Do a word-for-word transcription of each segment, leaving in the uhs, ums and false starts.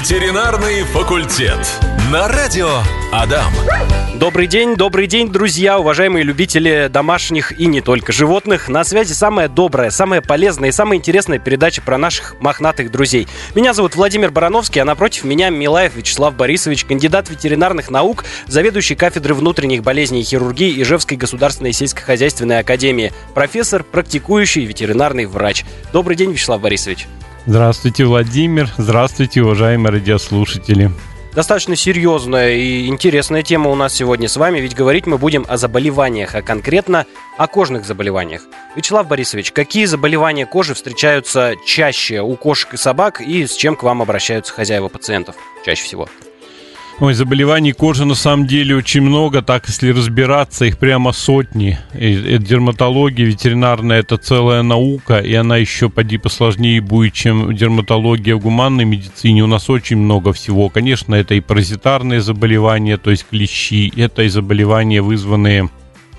Ветеринарный факультет. На радио Адам. Добрый день, добрый день, друзья, уважаемые любители домашних и не только животных. На связи самая добрая, самая полезная и самая интересная передача про наших мохнатых друзей. Меня зовут Владимир Барановский, а напротив меня Милаев Вячеслав Борисович, кандидат ветеринарных наук, заведующий кафедрой внутренних болезней и хирургии Ижевской государственной сельскохозяйственной академии, профессор, практикующий ветеринарный врач. Добрый день, Вячеслав Борисович. Здравствуйте, Владимир. Здравствуйте, уважаемые радиослушатели. Достаточно серьезная и интересная тема у нас сегодня с вами, ведь говорить мы будем о заболеваниях, а конкретно о кожных заболеваниях. Вячеслав Борисович, какие заболевания кожи встречаются чаще у кошек и собак, и с чем к вам обращаются хозяева пациентов чаще всего? Ой, заболеваний кожи на самом деле очень много, так если разбираться, их прямо сотни. И, и дерматология ветеринарная — это целая наука, и она еще поди посложнее будет, чем дерматология в гуманной медицине. У нас очень много всего. Конечно, это и паразитарные заболевания, то есть клещи, это и заболевания, вызванные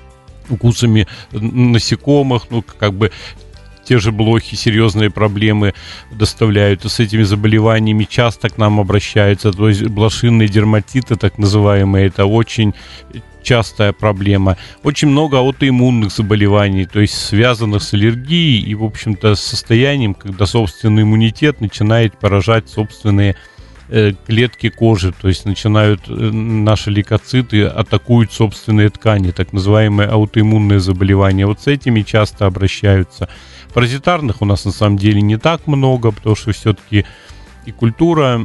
укусами насекомых, ну, как бы те же блохи серьезные проблемы доставляют, и с этими заболеваниями часто к нам обращаются, то есть блошиные дерматиты, так называемые, это очень частая проблема. Очень много аутоиммунных заболеваний, то есть связанных с аллергией и, в общем-то, с состоянием, когда собственный иммунитет начинает поражать собственные клетки кожи, то есть начинают наши лейкоциты атакуют собственные ткани, так называемые аутоиммунные заболевания. Вот с этими часто обращаются. Паразитарных у нас на самом деле не так много, потому что все-таки и культура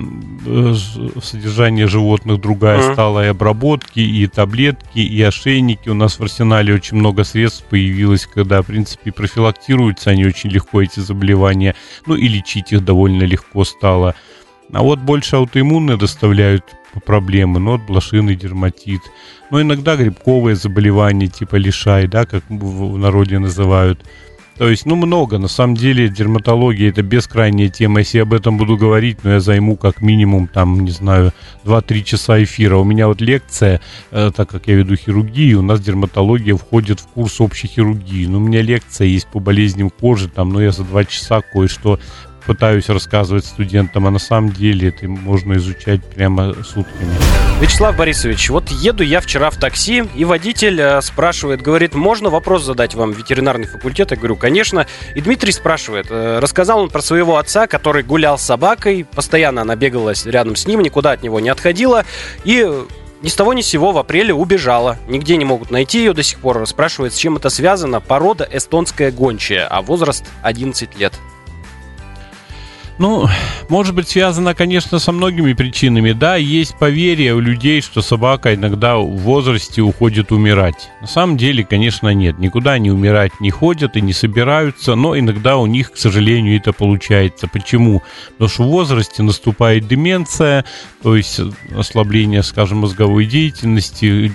содержания животных другая mm-hmm. стала, и обработки, и таблетки, и ошейники. У нас в арсенале очень много средств появилось, когда, в принципе, профилактируются они очень легко, эти заболевания, ну и лечить их довольно легко стало. А вот больше аутоиммунные доставляют проблемы, ну, вот блошиный дерматит. Но иногда грибковые заболевания, типа лишай, да, как в народе называют. То есть, ну, много. На самом деле, дерматология — это бескрайняя тема. Если я об этом буду говорить, ну, я займу как минимум, там, не знаю, два-три часа эфира. У меня вот лекция, э, так как я веду хирургию, у нас дерматология входит в курс общей хирургии. Ну, у меня лекция есть по болезням кожи, там, ну, я за два часа кое-что пытаюсь рассказывать студентам, а на самом деле это можно изучать прямо сутками. Вячеслав Борисович, вот еду я вчера в такси, и водитель э, спрашивает, говорит, можно вопрос задать вам в ветеринарный факультет? Я говорю, конечно. И Дмитрий спрашивает, э, рассказал он про своего отца, который гулял с собакой, постоянно она бегалась рядом с ним, никуда от него не отходила, и ни с того ни с сего в апреле убежала. Нигде не могут найти ее до сих пор. Спрашивает, с чем это связано. Порода эстонская гончая, а возраст одиннадцать лет. Ну, может быть, связано, конечно, со многими причинами. Да, есть поверье у людей, что собака иногда в возрасте уходит умирать. На самом деле, конечно, нет. Никуда они умирать не ходят и не собираются, но иногда у них, к сожалению, это получается. Почему? Потому что в возрасте наступает деменция, то есть ослабление, скажем, мозговой деятельности,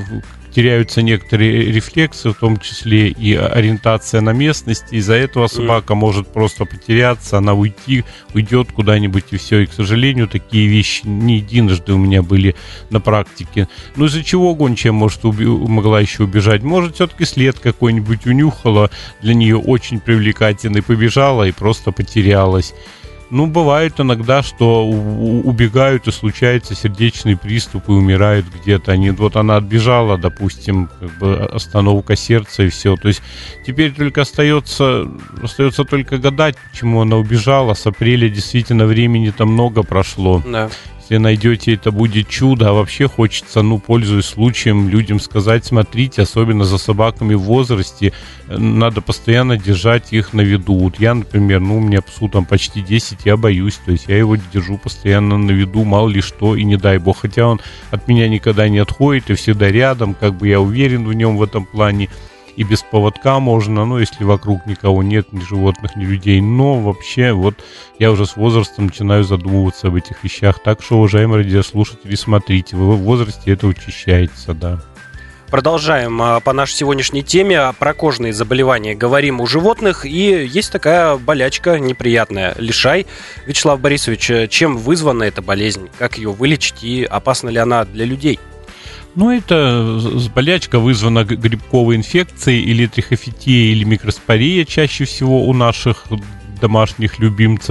теряются некоторые рефлексы, в том числе и ориентация на местности. Из-за этого собака может просто потеряться, она уйти, уйдет куда-нибудь и все. И, к сожалению, такие вещи не единожды у меня были на практике. Но из-за чего гончая может уби- могла еще убежать? Может, все-таки след какой-нибудь унюхала, для нее очень привлекательный, побежала и просто потерялась. Ну, бывает иногда, что убегают и случаются сердечные приступы, умирают где-то. Они, вот она отбежала, допустим, как бы остановка сердца и все. То есть теперь только остается, остается только гадать, почему она убежала. С апреля действительно времени-то много прошло. Да. Если найдете, это будет чудо. А вообще хочется, ну, пользуясь случаем, людям сказать, смотрите, особенно за собаками в возрасте, надо постоянно держать их на виду. Вот я, например, ну, у меня псу там почти десять, я боюсь, то есть я его держу постоянно на виду, мало ли что, и не дай бог. Хотя он от меня никогда не отходит и всегда рядом, как бы я уверен в нем в этом плане. И без поводка можно, ну, если вокруг никого нет, ни животных, ни людей. Но вообще, вот, я уже с возрастом начинаю задумываться об этих вещах. Так что, уважаемые радиослушатели, смотрите, в возрасте это учащается, да. Продолжаем по нашей сегодняшней теме. Про кожные заболевания говорим у животных. И есть такая болячка неприятная, лишай. Вячеслав Борисович, чем вызвана эта болезнь? Как ее вылечить и опасна ли она для людей? Ну, это болячка вызвана грибковой инфекцией или трихофитией, или микроспория чаще всего у наших домашних любимцев.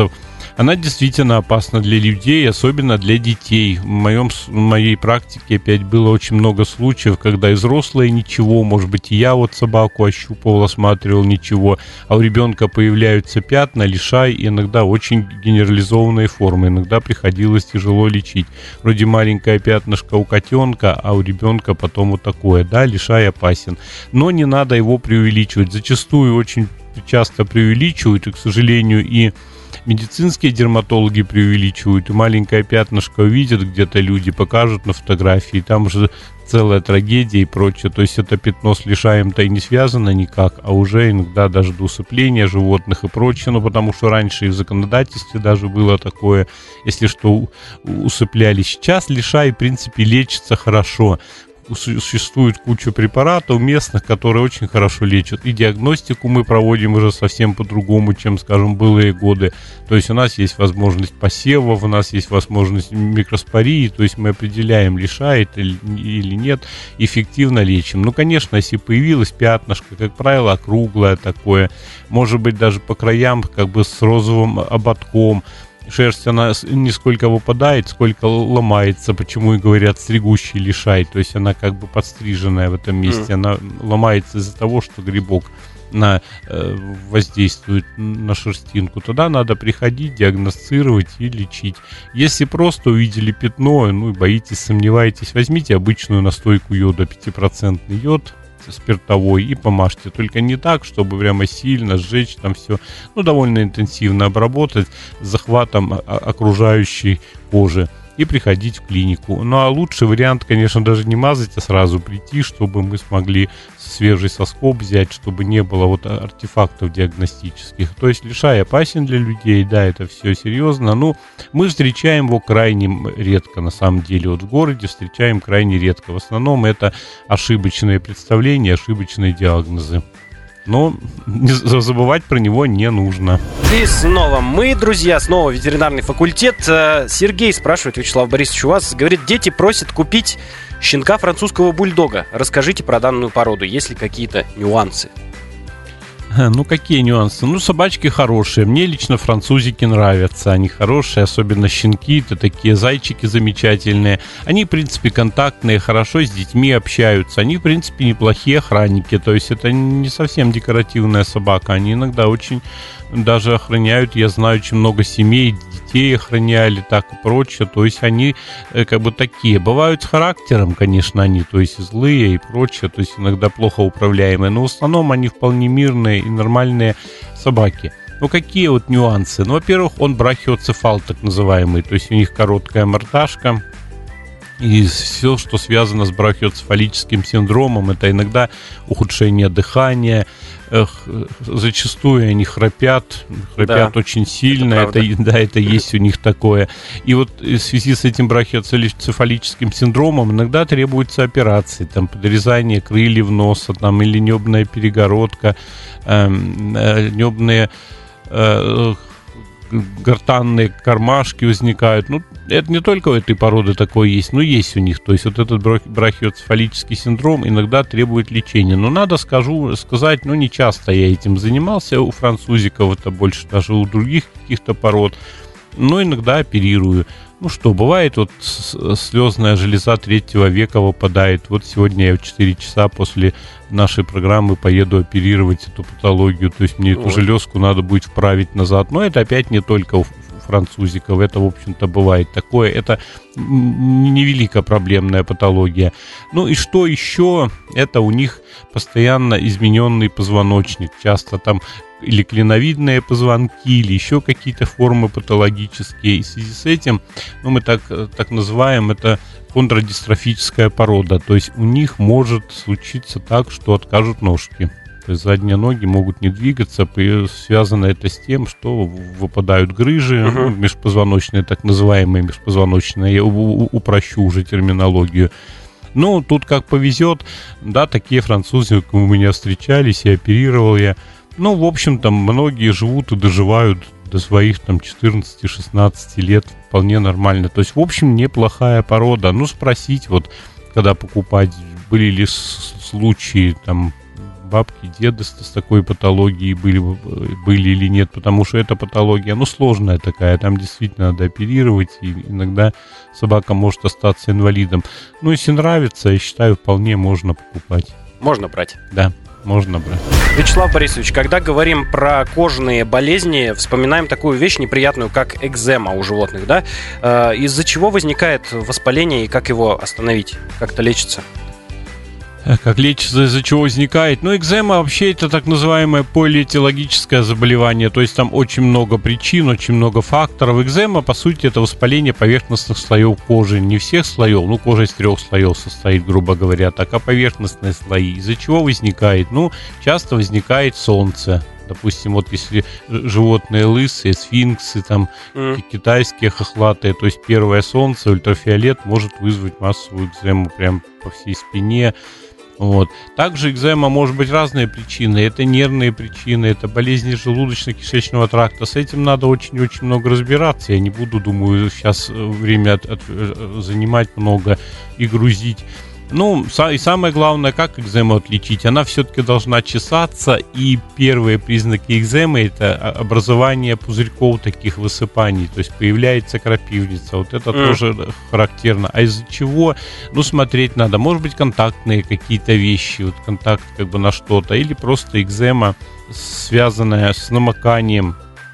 Она действительно опасна для людей, особенно для детей. В, моем, в моей практике опять было очень много случаев, когда и взрослые ничего, может быть, и я вот собаку ощупывал, осматривал ничего, а у ребенка появляются пятна, лишай, иногда очень генерализованные формы, иногда приходилось тяжело лечить. Вроде маленькое пятнышко у котенка, а у ребенка потом вот такое, да, лишай опасен. Но не надо его преувеличивать. Зачастую очень часто преувеличивают, и, к сожалению, и медицинские дерматологи преувеличивают, и маленькое пятнышко увидят где-то люди, покажут на фотографии, там же целая трагедия и прочее. То есть это пятно с лишаем-то и не связано никак, а уже иногда даже до усыпления животных и прочее, ну потому что раньше и в законодательстве даже было такое, если что, усыпляли. Сейчас лишай, в принципе, лечится хорошо. Существует куча препаратов местных, которые очень хорошо лечат. И диагностику мы проводим уже совсем по-другому, чем, скажем, былые годы. То есть у нас есть возможность посевов, у нас есть возможность микроспории, то есть мы определяем, лишает или, или нет, эффективно лечим. Ну, конечно, если появилось пятнышко, как правило, округлое такое, может быть, даже по краям как бы с розовым ободком, шерсть, она не сколько выпадает, сколько ломается, почему и говорят стригущий лишай, то есть она как бы подстриженная в этом месте, mm. она ломается из-за того, что грибок на, э, воздействует на шерстинку. Тогда надо приходить, диагностировать и лечить. Если просто увидели пятно, ну и боитесь, сомневаетесь, возьмите обычную настойку йода, пятипроцентный йод спиртовой, и помажьте. Только не так, чтобы прямо сильно сжечь там все. Ну, довольно интенсивно обработать с захватом окружающей кожи и приходить в клинику. Ну, а лучший вариант, конечно, даже не мазать, а сразу прийти, чтобы мы смогли свежий соскоб взять, чтобы не было вот артефактов диагностических. То есть лишай опасен для людей, да, это все серьезно. Ну, мы встречаем его крайне редко, на самом деле. Вот в городе встречаем крайне редко. В основном это ошибочные представления, ошибочные диагнозы. Но забывать про него не нужно. И снова мы, друзья, снова ветеринарный факультет. Сергей спрашивает, Вячеслав Борисович, у вас, говорит, дети просят купить щенка французского бульдога. Расскажите про данную породу, есть ли какие-то нюансы? Ну, какие нюансы? Ну, собачки хорошие. Мне лично французики нравятся. Они хорошие, особенно щенки. Это такие зайчики замечательные. Они, в принципе, контактные, хорошо с детьми общаются. Они, в принципе, неплохие охранники. То есть это не совсем декоративная собака. Они иногда очень даже охраняют. Я знаю, очень много семей, детей охраняли, так и прочее. То есть они э, как бы такие. Бывают с характером, конечно, они. То есть злые и прочее. То есть иногда плохо управляемые. Но в основном они вполне мирные и нормальные собаки. Ну, какие вот нюансы? Ну, во-первых, он брахиоцефал, так называемый. То есть у них короткая мордашка. И все, что связано с брахиоцефалическим синдромом, это иногда ухудшение дыхания. Эх, зачастую они храпят, храпят да, очень сильно, это, это, да, это есть у них такое. И вот в связи с этим брахиоцефалическим синдромом иногда требуются операции, там подрезание крыльев носа, там или небная перегородка, э, э, небные э, гортанные кармашки возникают. Ну, это не только у этой породы такое есть, но есть у них. То есть вот этот брахиоцефалический синдром иногда требует лечения. Но надо скажу, сказать, ну, не часто я этим занимался. У французиков это больше даже у других каких-то пород. Но иногда оперирую. Ну что, бывает, вот слезная железа третьего века выпадает. Вот сегодня я в четыре часа после нашей программы поеду оперировать эту патологию. То есть мне эту железку надо будет вправить назад. Но это опять не только у французиков. Это, в общем-то, бывает такое. Это невелика проблемная патология. Ну и что еще? Это у них постоянно измененный позвоночник. Часто там или клиновидные позвонки, или еще какие-то формы патологические. И в связи с этим, ну, мы так, так называем, это кондродистрофическая порода. То есть у них может случиться так, что откажут ножки. То есть задние ноги могут не двигаться. Связано это с тем, что выпадают грыжи, uh-huh. ну, межпозвоночные, так называемые межпозвоночные. Я упрощу уже терминологию. Ну, тут как повезет. Да, такие французы у меня встречались, и оперировал я. Ну, в общем-то, многие живут и доживают до своих там четырнадцати-шестнадцати лет вполне нормально. То есть, в общем, неплохая порода. Ну, спросить, вот, когда покупать, были ли случаи там бабки, деды с, с такой патологией были, были или нет, потому что эта патология, ну, сложная такая, там действительно надо оперировать, и иногда собака может остаться инвалидом. Ну, если нравится, я считаю, вполне можно покупать. Можно брать? Да. Можно брать. Вячеслав Борисович, когда говорим про кожные болезни, вспоминаем такую вещь неприятную, как экзема у животных, да? Э, из-за чего возникает воспаление и как его остановить? Как-то лечится? Как лечится, из-за чего возникает? Ну, экзема вообще это так называемое полиэтиологическое заболевание, то есть там очень много причин, очень много факторов. Экзема, по сути, это воспаление поверхностных слоев кожи, не всех слоев, ну, кожа из трех слоев состоит, грубо говоря, так, а поверхностные слои. Из-за чего возникает? Ну, часто возникает солнце. Допустим, вот если животные лысые, сфинксы, там, mm. китайские хохлатые, то есть первое солнце, ультрафиолет может вызвать массовую экзему прям по всей спине. Вот. Также экзема может быть разные причины. Это нервные причины, это болезни желудочно-кишечного тракта. С этим надо очень-очень много разбираться. Я не буду, думаю, сейчас время от, от, занимать много и грузить. Ну, и самое главное, как экзему отличить? Она все-таки должна чесаться, и первые признаки экземы – это образование пузырьков, таких высыпаний, то есть появляется крапивница, вот это mm. тоже характерно. А из-за чего? Ну, смотреть надо, может быть, контактные какие-то вещи, вот контакт как бы на что-то, или просто экзема, связанная с намоканием.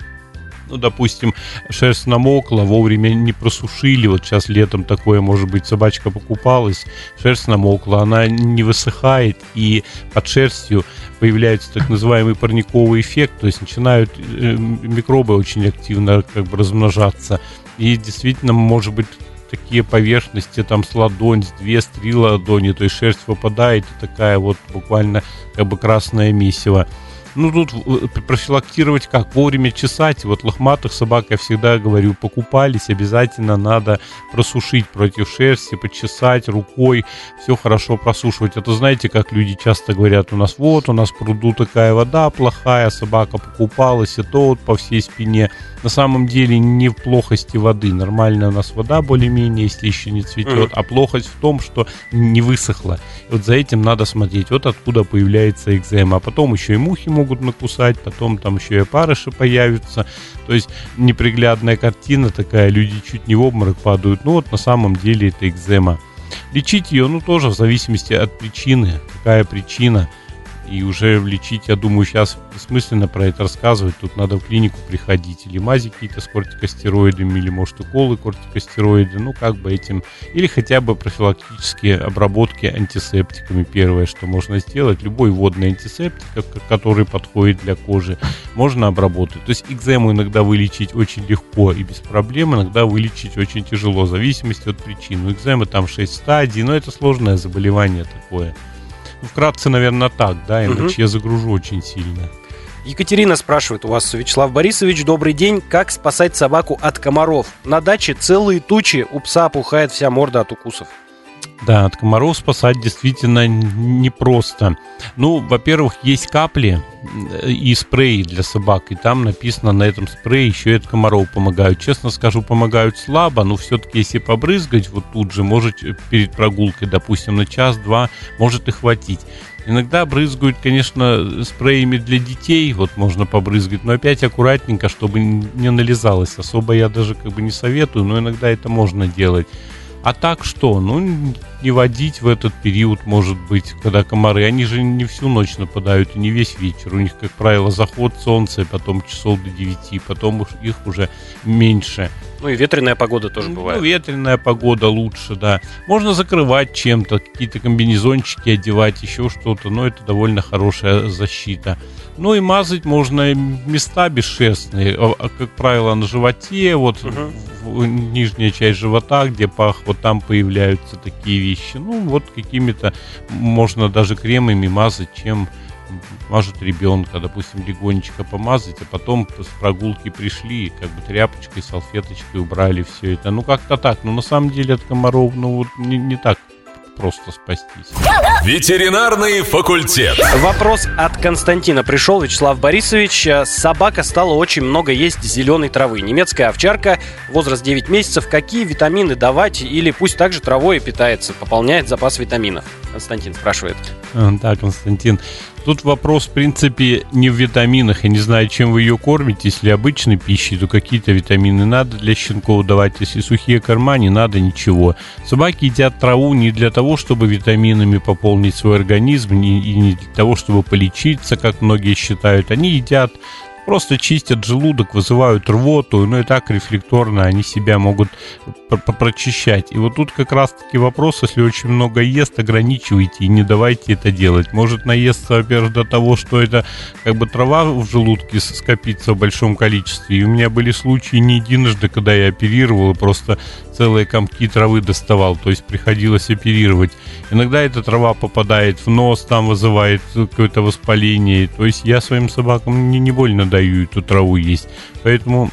Ну, допустим, шерсть намокла, вовремя не просушили. Вот сейчас летом такое, может быть, собачка покупалась, шерсть намокла, она не высыхает, и под шерстью появляется так называемый парниковый эффект, то есть начинают э, микробы очень активно как бы размножаться. И действительно, может быть, такие поверхности, там с ладонь, с две, с три ладони, то есть шерсть выпадает, и такая вот буквально как бы красное месиво. Ну, тут профилактировать как? Вовремя чесать. Вот лохматых собак, я всегда говорю, покупались, обязательно надо просушить против шерсти, почесать рукой, все хорошо просушивать. Это знаете, как люди часто говорят, у нас вот, у нас в пруду такая вода плохая, собака покупалась, и то вот по всей спине. На самом деле не в плохости воды. Нормальная у нас вода более-менее, если еще не цветет, mm-hmm. а плохость в том, что не высохла. И вот за этим надо смотреть. Вот откуда появляется экзема. А потом еще и мухи могут накусать, потом там еще и опарыши появятся. То есть неприглядная картина такая, люди чуть не в обморок падают. Ну вот на самом деле это экзема. Лечить ее, ну тоже в зависимости от причины. Какая причина. И уже лечить, я думаю, сейчас бессмысленно про это рассказывать. Тут надо в клинику приходить. Или мази какие-то с кортикостероидами, или, может, уколы кортикостероиды. Ну, как бы этим... Или хотя бы профилактические обработки антисептиками. Первое, что можно сделать. Любой водный антисептик, который подходит для кожи, можно обработать. То есть экзему иногда вылечить очень легко и без проблем. Иногда вылечить очень тяжело, в зависимости от причин. У экземы там шесть стадий, но это сложное заболевание такое. Ну, вкратце, наверное, так, да, иначе угу. я загружу очень сильно. Екатерина спрашивает у вас, Вячеслав Борисович, добрый день, как спасать собаку от комаров? На даче целые тучи, у пса опухает вся морда от укусов. Да, от комаров спасать действительно непросто. Ну, во-первых, есть капли и спреи для собак, и там написано на этом спрее еще и от комаров помогают. Честно скажу, помогают слабо, но все-таки если побрызгать вот тут же, может перед прогулкой, допустим, на час-два, может и хватить. Иногда брызгают, конечно, спреями для детей, вот можно побрызгать, но опять аккуратненько, чтобы не налезалось. Особо я даже как бы не советую, но иногда это можно делать. А так что? Ну, не водить в этот период, может быть, когда комары. Они же не всю ночь нападают и не весь вечер. У них, как правило, заход солнца, и потом часов до девяти, потом их уже меньше. Ну и ветреная погода тоже бывает. Ну, ветреная погода лучше, да. Можно закрывать чем-то, какие-то комбинезончики одевать, еще что-то, но это довольно хорошая защита. Ну и мазать можно места бесшерстные, а, как правило, на животе, вот uh-huh. в, в, нижняя часть живота, где пах, вот там появляются такие вещи. Ну вот какими-то можно даже кремами мазать, чем мажут ребенка, допустим, легонечко помазать, а потом с прогулки пришли, как бы тряпочкой, салфеточкой убрали все это. Ну как-то так, но на самом деле от комаров, ну вот не, не так просто спастись. Ветеринарный факультет. Вопрос от Константина пришел. Вячеслав Борисович, собака стала очень много есть зеленой травы. Немецкая овчарка, возраст девять месяцев. Какие витамины давать? Или пусть также травой питается, пополняет запас витаминов? Константин спрашивает. Да, Константин. Тут вопрос, в принципе, не в витаминах. Я не знаю, чем вы ее кормите. Если обычной пищей, то какие-то витамины надо для щенков давать. Если сухие корма, не надо ничего. Собаки едят траву не для того, чтобы витаминами пополнить свой организм, и не для того, чтобы полечиться, как многие считают. Они едят, просто чистят желудок, вызывают рвоту, ну и так рефлекторно они себя могут прочищать. И вот тут как раз-таки вопрос, если очень много ест, ограничивайте и не давайте это делать. Может наесться, во-первых, до того, что это как бы трава в желудке скопится в большом количестве. И у меня были случаи не единожды, когда я оперировал, и просто целые комки травы доставал, то есть приходилось оперировать. Иногда эта трава попадает в нос, там вызывает какое-то воспаление. То есть я своим собакам не, не больно даю эту траву есть. Поэтому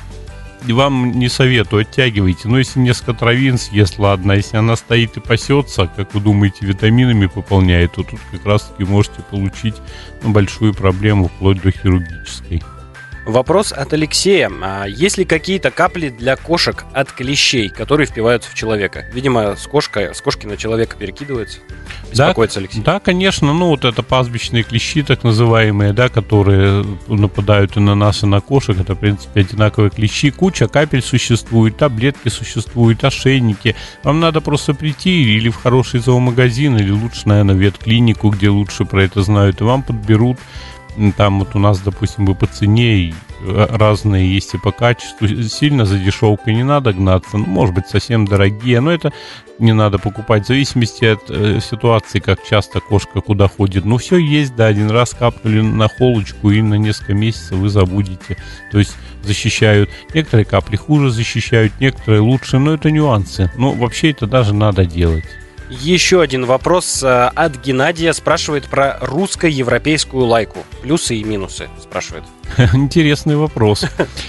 вам не советую, оттягивайте. Но если несколько травин съест, ладно. Если она стоит и пасется, как вы думаете, витаминами пополняет, то тут как раз-таки можете получить ну, большую проблему, вплоть до хирургической. Вопрос от Алексея. А есть ли какие-то капли для кошек от клещей, которые впиваются в человека? Видимо, с кошкой, с кошки на человека перекидываются. Беспокоится да, Алексей. Да, конечно. Ну, вот это пастбищные клещи, так называемые, да, которые нападают и на нас, и на кошек. Это, в принципе, одинаковые клещи. Куча капель существует, таблетки существуют, ошейники. Вам надо просто прийти или в хороший зоомагазин, или лучше, наверное, в ветклинику, где лучше про это знают, и вам подберут. Там вот у нас, допустим, и по цене и разные есть и по качеству. Сильно за дешевкой не надо гнаться. Ну, может быть, совсем дорогие, но это не надо покупать. В зависимости от э, ситуации, как часто кошка куда ходит. Ну, все есть, да, один раз капнули на холочку, и на несколько месяцев вы забудете. То есть защищают. Некоторые капли хуже защищают, некоторые лучше, но это нюансы. Но вообще это даже надо делать. Еще один вопрос от Геннадия. Спрашивает про русско-европейскую лайку. Плюсы и минусы, спрашивает. Интересный вопрос.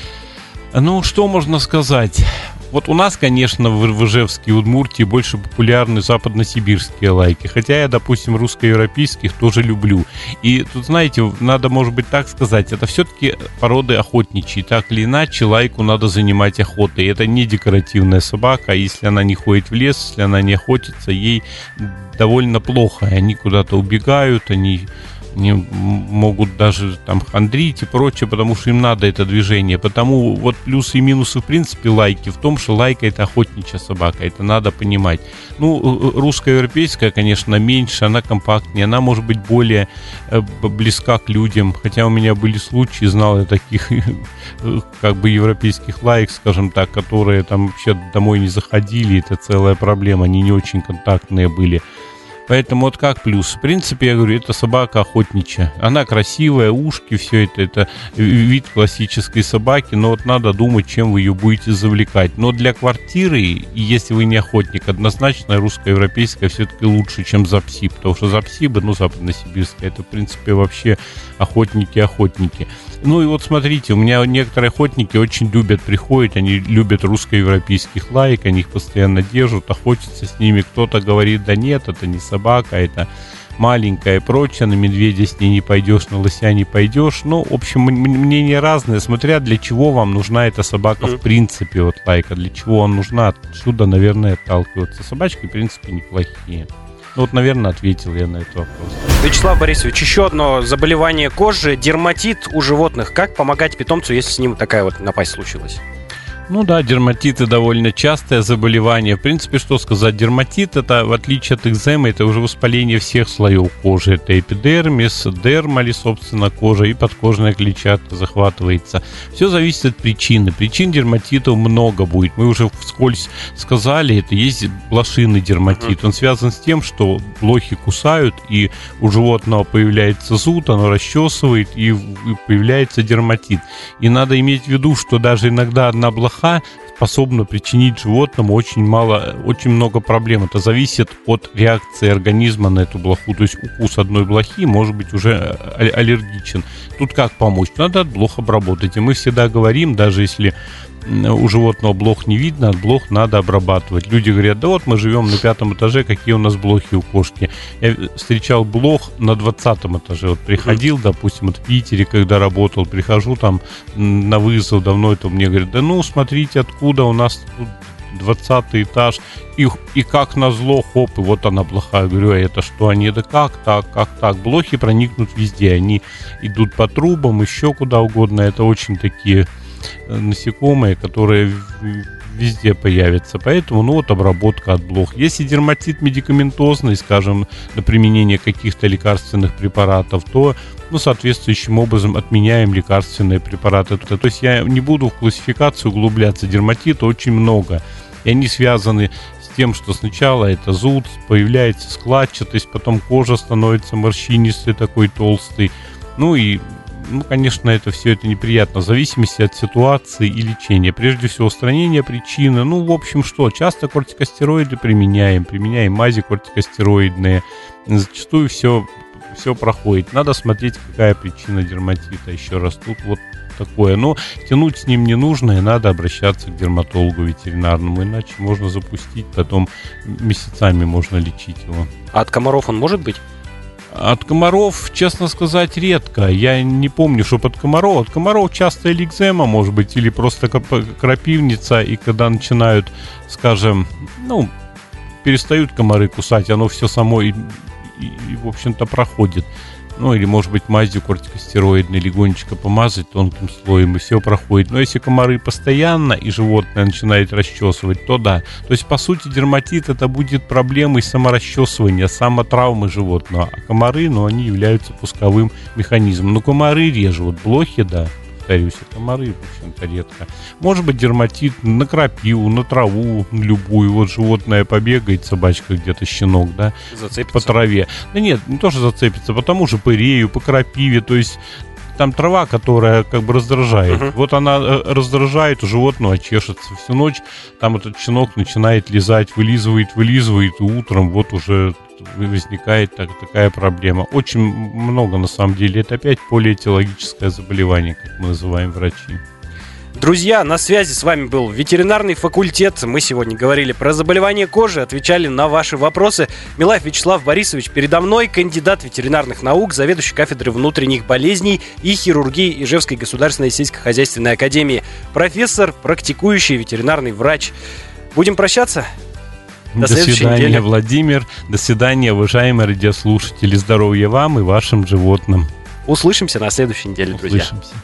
Ну, что можно сказать? Вот у нас, конечно, в Ижевске и Удмуртии больше популярны западносибирские лайки. Хотя я, допустим, русско-европейских тоже люблю. И тут, знаете, надо, может быть, так сказать, это все-таки породы охотничьи. Так или иначе, лайку надо занимать охотой. Это не декоративная собака. А если она не ходит в лес, если она не охотится, ей довольно плохо. Они куда-то убегают, они... не могут даже там хандрить и прочее, потому что им надо это движение. Потому вот плюсы и минусы в принципе лайки в том, что лайка — это охотничья собака, это надо понимать. Ну, русско-европейская, конечно, меньше, она компактнее, она может быть более э, близка к людям, хотя у меня были случаи, знал я таких как бы европейских лаек, скажем так, которые там вообще домой не заходили, это целая проблема, они не очень контактные были. Поэтому вот как плюс. В принципе, я говорю, это собака охотничья. Она красивая, ушки, все это, это вид классической собаки. Но вот надо думать, чем вы ее будете завлекать. Но для квартиры, и если вы не охотник, однозначно русско-европейская все-таки лучше, чем запси. Потому что запсибы, ну, западносибирская, это, в принципе, вообще охотники-охотники. Ну и вот смотрите, у меня некоторые охотники очень любят, приходят, они любят русско-европейских лаек, они их постоянно держат, охотятся с ними. Кто-то говорит, да нет, это не собака, это маленькая и прочее, на медведя с ней не пойдешь, на лося не пойдешь. Ну, в общем, мнения разные, смотря для чего вам нужна эта собака в принципе, вот лайка, для чего вам нужна, отсюда, наверное, отталкиваться. Собачки, в принципе, неплохие. Ну вот, наверное, ответил я на этот вопрос. Вячеслав Борисович, еще одно заболевание кожи, дерматит у животных. Как помогать питомцу, если с ним такая вот напасть случилась? Ну да, дерматиты довольно частое заболевание. В принципе, что сказать, дерматит — это, в отличие от экземы, это уже воспаление всех слоев кожи. Это эпидермис, дермали, собственно, кожа, и подкожная клетчатка захватывается. Все зависит от причины. Причин дерматитов много будет. Мы уже вскользь сказали, это есть блошиный дерматит. Он связан с тем, что блохи кусают, и у животного появляется зуд, оно расчесывает, и появляется дерматит. И надо иметь в виду, что даже иногда одна блоха способна причинить животному очень мало, очень много проблем. Это зависит от реакции организма на эту блоху. То есть укус одной блохи может быть уже аллергичен. Тут как помочь? Надо от блох обработать. И мы всегда говорим, даже если у животного блох не видно, от блох надо обрабатывать. Люди говорят, да вот мы живем на пятом этаже, какие у нас блохи у кошки. Я встречал блох на двадцатом этаже. Вот приходил, допустим, вот в Питере, когда работал, прихожу там на вызов, давно это мне говорят, да ну смотрите, откуда у нас тут двадцатый этаж, и, и как назло, хоп, и вот она блоха. Я говорю, а это что они? Да как так, как так? Блохи проникнут везде, они идут по трубам, еще куда угодно. Это очень такие насекомые, которые везде появятся. Поэтому, ну вот, обработка от блох. Если дерматит медикаментозный, скажем, на применение каких-то лекарственных препаратов, то, ну, соответствующим образом отменяем лекарственные препараты. То есть я не буду в классификацию углубляться. Дерматита очень много. И они связаны с тем, что сначала это зуд, появляется складчатость, потом кожа становится морщинистой, такой толстой. Ну и Ну, конечно, это все это неприятно, в зависимости от ситуации и лечения. Прежде всего, устранение причины. Ну, в общем, что? Часто кортикостероиды применяем, применяем мази кортикостероидные. Зачастую все, все проходит. Надо смотреть, какая причина дерматита. Еще раз, тут вот такое. Но тянуть с ним не нужно, и надо обращаться к дерматологу ветеринарному, иначе можно запустить, потом месяцами можно лечить его. А от комаров он может быть? От комаров, честно сказать, редко. Я не помню, чтобы от комаров. От комаров часто или экзема, может быть, или просто крапивница. И когда начинают, скажем, ну, перестают комары кусать, оно все само и, и, и в общем-то, проходит. Ну, или, может быть, мазью кортикостероидной легонечко помазать тонким слоем, и все проходит. Но если комары постоянно, и животное начинает расчесывать, то да. То есть, по сути, дерматит это будет проблемой саморасчесывания, самотравмы животного. А комары, ну, они являются пусковым механизмом. Но комары реже. Вот блохи, да, повторюсь, а комары, в общем-то, редко. Может быть, дерматит на крапиву, на траву, на любую. Вот животное побегает, собачка где-то, щенок, да, зацепится по траве. Да нет, не то, что зацепится, по тому же пырею, по крапиве, то есть там трава, которая как бы раздражает. Uh-huh. Вот она раздражает, у животного чешется всю ночь, там этот щенок начинает лизать, вылизывает, вылизывает, и утром вот уже возникает так, такая проблема. Очень много, на самом деле. Это опять полиэтиологическое заболевание, как мы называем врачи. Друзья, на связи с вами был ветеринарный факультет. Мы сегодня говорили про заболевания кожи, отвечали на ваши вопросы. Милаев Вячеслав Борисович передо мной, кандидат ветеринарных наук, заведующий кафедрой внутренних болезней и хирургии Ижевской государственной сельскохозяйственной академии, профессор, практикующий ветеринарный врач. Будем прощаться? До, До свидания, недели. Владимир. До свидания, уважаемые радиослушатели. Здоровья вам и вашим животным. Услышимся на следующей неделе, друзья. Услышимся.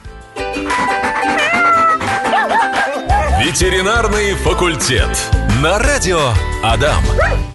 Ветеринарный факультет. На радио Адам.